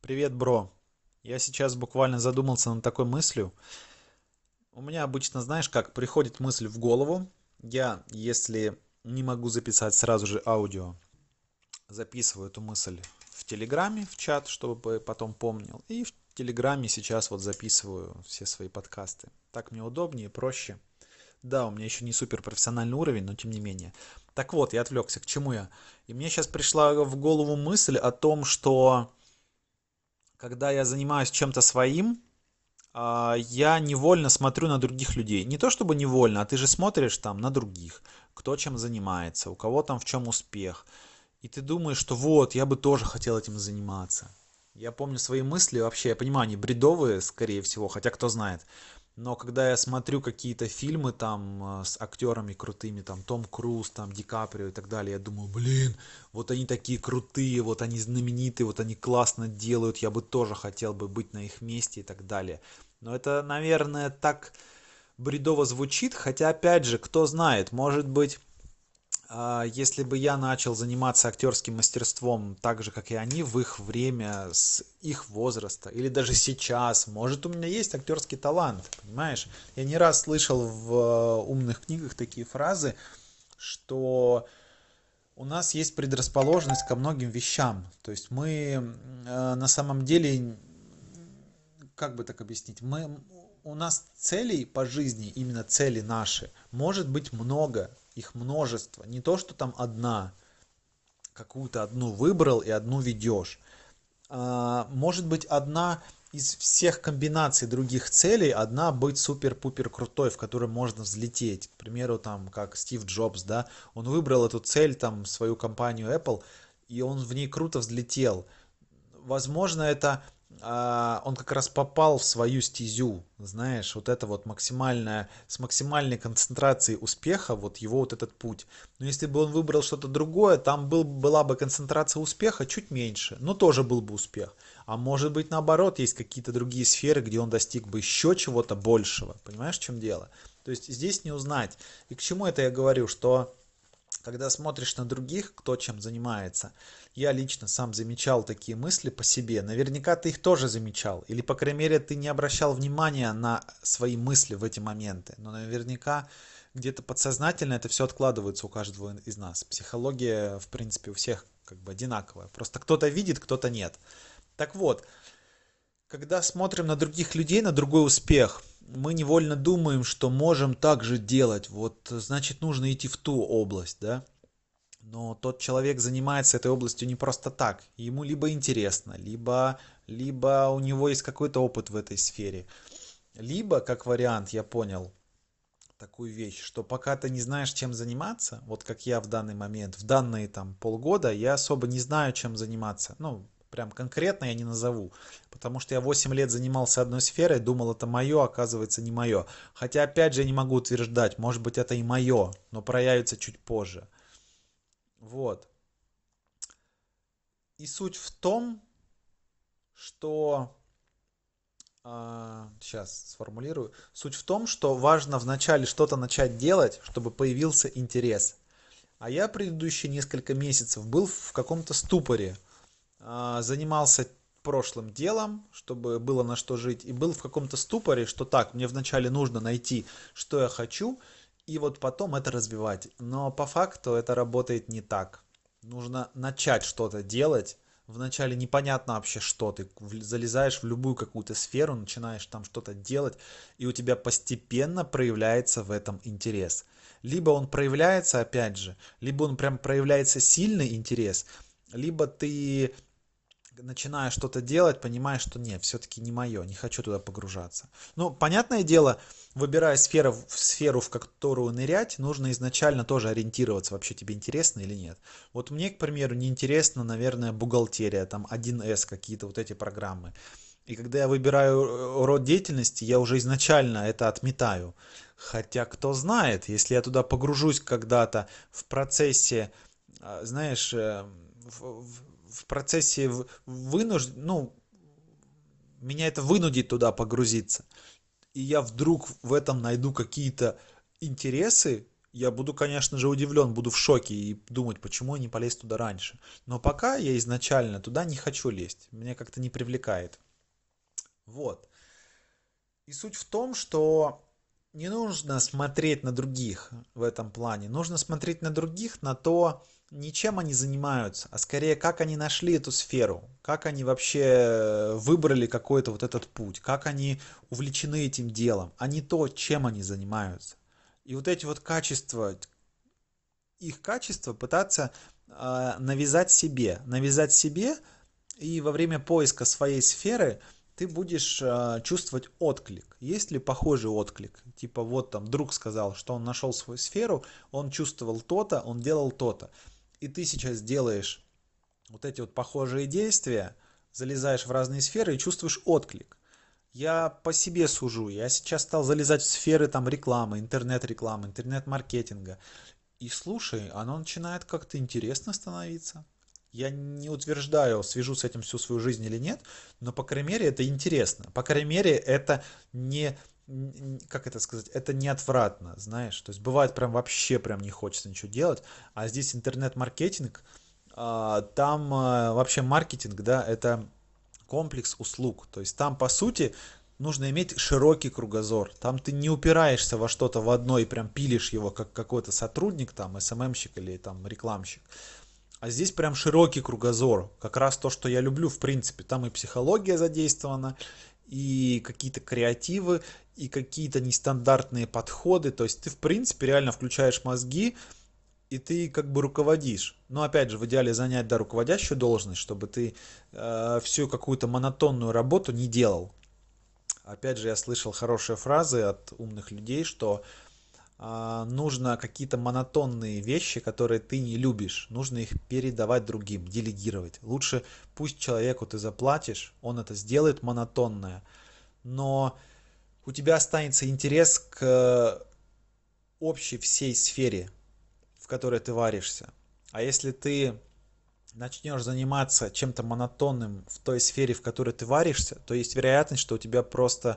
Привет, бро. Я сейчас буквально задумался над такой мыслью. У меня обычно, знаешь, как приходит мысль в голову. Я, если не могу записать сразу же аудио, записываю эту мысль в Телеграме, в чат, чтобы потом помнил. И в Телеграме сейчас вот записываю все свои подкасты. Так мне удобнее, проще. Да, у меня еще не супер профессиональный уровень, но тем не менее. Так вот, я отвлекся. К чему я? И мне сейчас пришла в голову мысль о том, что когда я занимаюсь чем-то своим, я невольно смотрю на других людей. Не то чтобы невольно, а ты же смотришь там на других, кто чем занимается, у кого там в чем успех. И ты думаешь, что вот, я бы тоже хотел этим заниматься. Я помню свои мысли, вообще, я понимаю, они бредовые, скорее всего, хотя кто знает. Но когда я смотрю какие-то фильмы там с актерами крутыми, там Том Круз, там Ди Каприо и так далее, я думаю, блин, вот они такие крутые, вот они знаменитые, вот они классно делают, я бы тоже хотел бы быть на их месте и так далее. Но это, наверное, так бредово звучит, хотя, опять же, кто знает, может быть, если бы я начал заниматься актерским мастерством так же, как и они, в их время, с их возраста, или даже сейчас, может, у меня есть актерский талант, понимаешь? Я не раз слышал в умных книгах такие фразы, что у нас есть предрасположенность ко многим вещам. То есть мы на самом деле, как бы так объяснить, у нас целей по жизни, именно цели наши, может быть много, их множество. Не то, что там одна, какую-то одну выбрал и одну ведешь. Может быть одна из всех комбинаций других целей, одна быть супер-пупер крутой, в которой можно взлететь. К примеру, там, как Стив Джобс, да, он выбрал эту цель, там, свою компанию Apple, и он в ней круто взлетел. Возможно, это он как раз попал в свою стезю, знаешь, вот это вот максимальная, с максимальной концентрацией успеха, вот его вот этот путь. Но если бы он выбрал что-то другое, там была бы концентрация успеха чуть меньше, но тоже был бы успех. А может быть наоборот, есть какие-то другие сферы, где он достиг бы еще чего-то большего. Понимаешь, в чем дело? То есть здесь не узнать. И к чему это я говорю, что когда смотришь на других, кто чем занимается, я лично сам замечал такие мысли по себе. Наверняка ты их тоже замечал. Или, по крайней мере, ты не обращал внимания на свои мысли в эти моменты. Но наверняка где-то подсознательно это все откладывается у каждого из нас. Психология, в принципе, у всех как бы одинаковая. Просто кто-то видит, кто-то нет. Так вот, когда смотрим на других людей, на другой успех, мы невольно думаем, что можем так же делать. Вот, значит, нужно идти в ту область, да? Но тот человек занимается этой областью не просто так. Ему либо интересно, либо у него есть какой-то опыт в этой сфере. Либо, как вариант, я понял такую вещь, что пока ты не знаешь, чем заниматься, вот как я в данный момент, в данные там полгода, я особо не знаю, чем заниматься. Ну, прям конкретно я не назову. Потому что я 8 лет занимался одной сферой, думал, это мое, оказывается, не мое. Хотя, опять же, я не могу утверждать, может быть, это и мое, но проявится чуть позже. Вот. И суть в том, что... сейчас сформулирую. Суть в том, что важно вначале что-то начать делать, чтобы появился интерес. А я предыдущие несколько месяцев был в каком-то ступоре. Занимался прошлым делом, чтобы было на что жить. И был в каком-то ступоре, что так, мне вначале нужно найти, что я хочу, и вот потом это развивать. Но по факту это работает не так. Нужно начать что-то делать. Вначале непонятно вообще что. Ты залезаешь в любую какую-то сферу, начинаешь там что-то делать, и у тебя постепенно проявляется в этом интерес. Либо он проявляется, опять же, либо он прям проявляется сильный интерес, либо ты начинаешь что-то делать, понимаешь, что нет, все-таки не мое, не хочу туда погружаться. Ну, понятное дело, выбирая сферу, в которую нырять, нужно изначально тоже ориентироваться, вообще тебе интересно или нет. Вот мне, к примеру, не интересно, наверное, бухгалтерия, там 1С, какие-то вот эти программы. И когда я выбираю род деятельности, я уже изначально это отметаю. Хотя, кто знает, если я туда погружусь когда-то в процессе, знаешь, в процессе ну, меня это вынудит туда погрузиться. И я вдруг в этом найду какие-то интересы, Я буду, конечно же, удивлен, буду в шоке и думать, почему я не полез туда раньше. Но пока я изначально туда не хочу лезть. Меня как-то не привлекает. Вот. И суть в том, что не нужно смотреть на других в этом плане. Нужно смотреть на других, на то, не чем они занимаются, а скорее, как они нашли эту сферу, как они вообще выбрали какой-то вот этот путь, как они увлечены этим делом, а не то, чем они занимаются. И вот эти вот качества, их качества пытаться навязать себе, и во время поиска своей сферы ты будешь чувствовать отклик. Есть ли похожий отклик? Типа вот там друг сказал, что он нашел свою сферу, он чувствовал то-то, он делал то-то. И ты сейчас делаешь вот эти вот похожие действия, залезаешь в разные сферы и чувствуешь отклик. Я по себе сужу. Я сейчас стал залезать в сферы там рекламы, интернет-рекламы, интернет-маркетинга. И слушай, оно начинает как-то интересно становиться. Я не утверждаю, свяжу с этим всю свою жизнь или нет, но, по крайней мере, это интересно. По крайней мере, это не, как это сказать, это не отвратно, знаешь. То есть бывает прям вообще прям не хочется ничего делать, а здесь интернет-маркетинг, там вообще маркетинг, да, это комплекс услуг. То есть там, по сути, нужно иметь широкий кругозор. Там ты не упираешься во что-то в одно и прям пилишь его, как какой-то сотрудник, там, СММщик или там рекламщик. А здесь прям широкий кругозор. Как раз то, что я люблю, в принципе. Там и психология задействована, и какие-то креативы, и какие-то нестандартные подходы. То есть ты, в принципе, реально включаешь мозги, и ты как бы руководишь. Но опять же, в идеале занять, да, руководящую должность, чтобы ты всю какую-то монотонную работу не делал. Опять же, я слышал хорошие фразы от умных людей, что нужно какие-то монотонные вещи, которые ты не любишь, нужно их передавать другим, делегировать. Лучше пусть человеку ты заплатишь, он это сделает монотонное, но у тебя останется интерес к общей всей сфере, в которой ты варишься. А если ты начнешь заниматься чем-то монотонным в той сфере, в которой ты варишься, то есть вероятность, что у тебя просто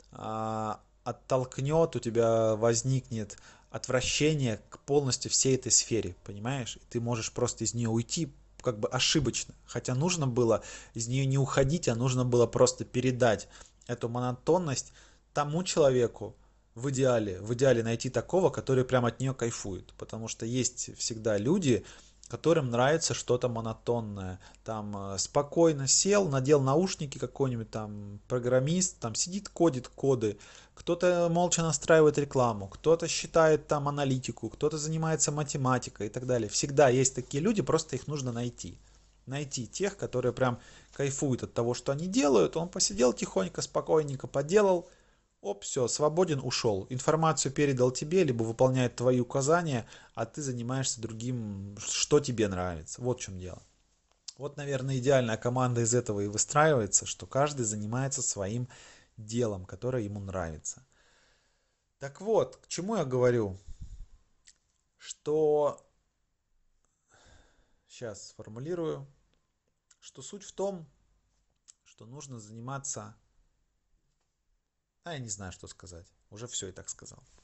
оттолкнет, у тебя возникнет отвращение к полностью всей этой сфере, понимаешь? И ты можешь просто из нее уйти как бы ошибочно. Хотя нужно было из нее не уходить, а нужно было просто передать эту монотонность тому человеку, в идеале найти такого, который прям от нее кайфует. Потому что есть всегда люди, которым нравится что-то монотонное. Там спокойно сел, надел наушники, какой-нибудь там программист, там сидит, кодит коды. Кто-то молча настраивает рекламу, кто-то считает там аналитику, кто-то занимается математикой и так далее. Всегда есть такие люди, просто их нужно найти. Найти тех, которые прям кайфуют от того, что они делают. Он посидел тихонько, спокойненько поделал, оп, все, свободен, ушел. Информацию передал тебе, либо выполняет твои указания, а ты занимаешься другим, что тебе нравится. Вот в чем дело. Вот, наверное, идеальная команда из этого и выстраивается, что каждый занимается своим делом, которое ему нравится. Так вот, к чему я говорю? Что, сейчас сформулирую, что суть в том, что нужно заниматься... А я не знаю, что сказать. Уже все и так сказал.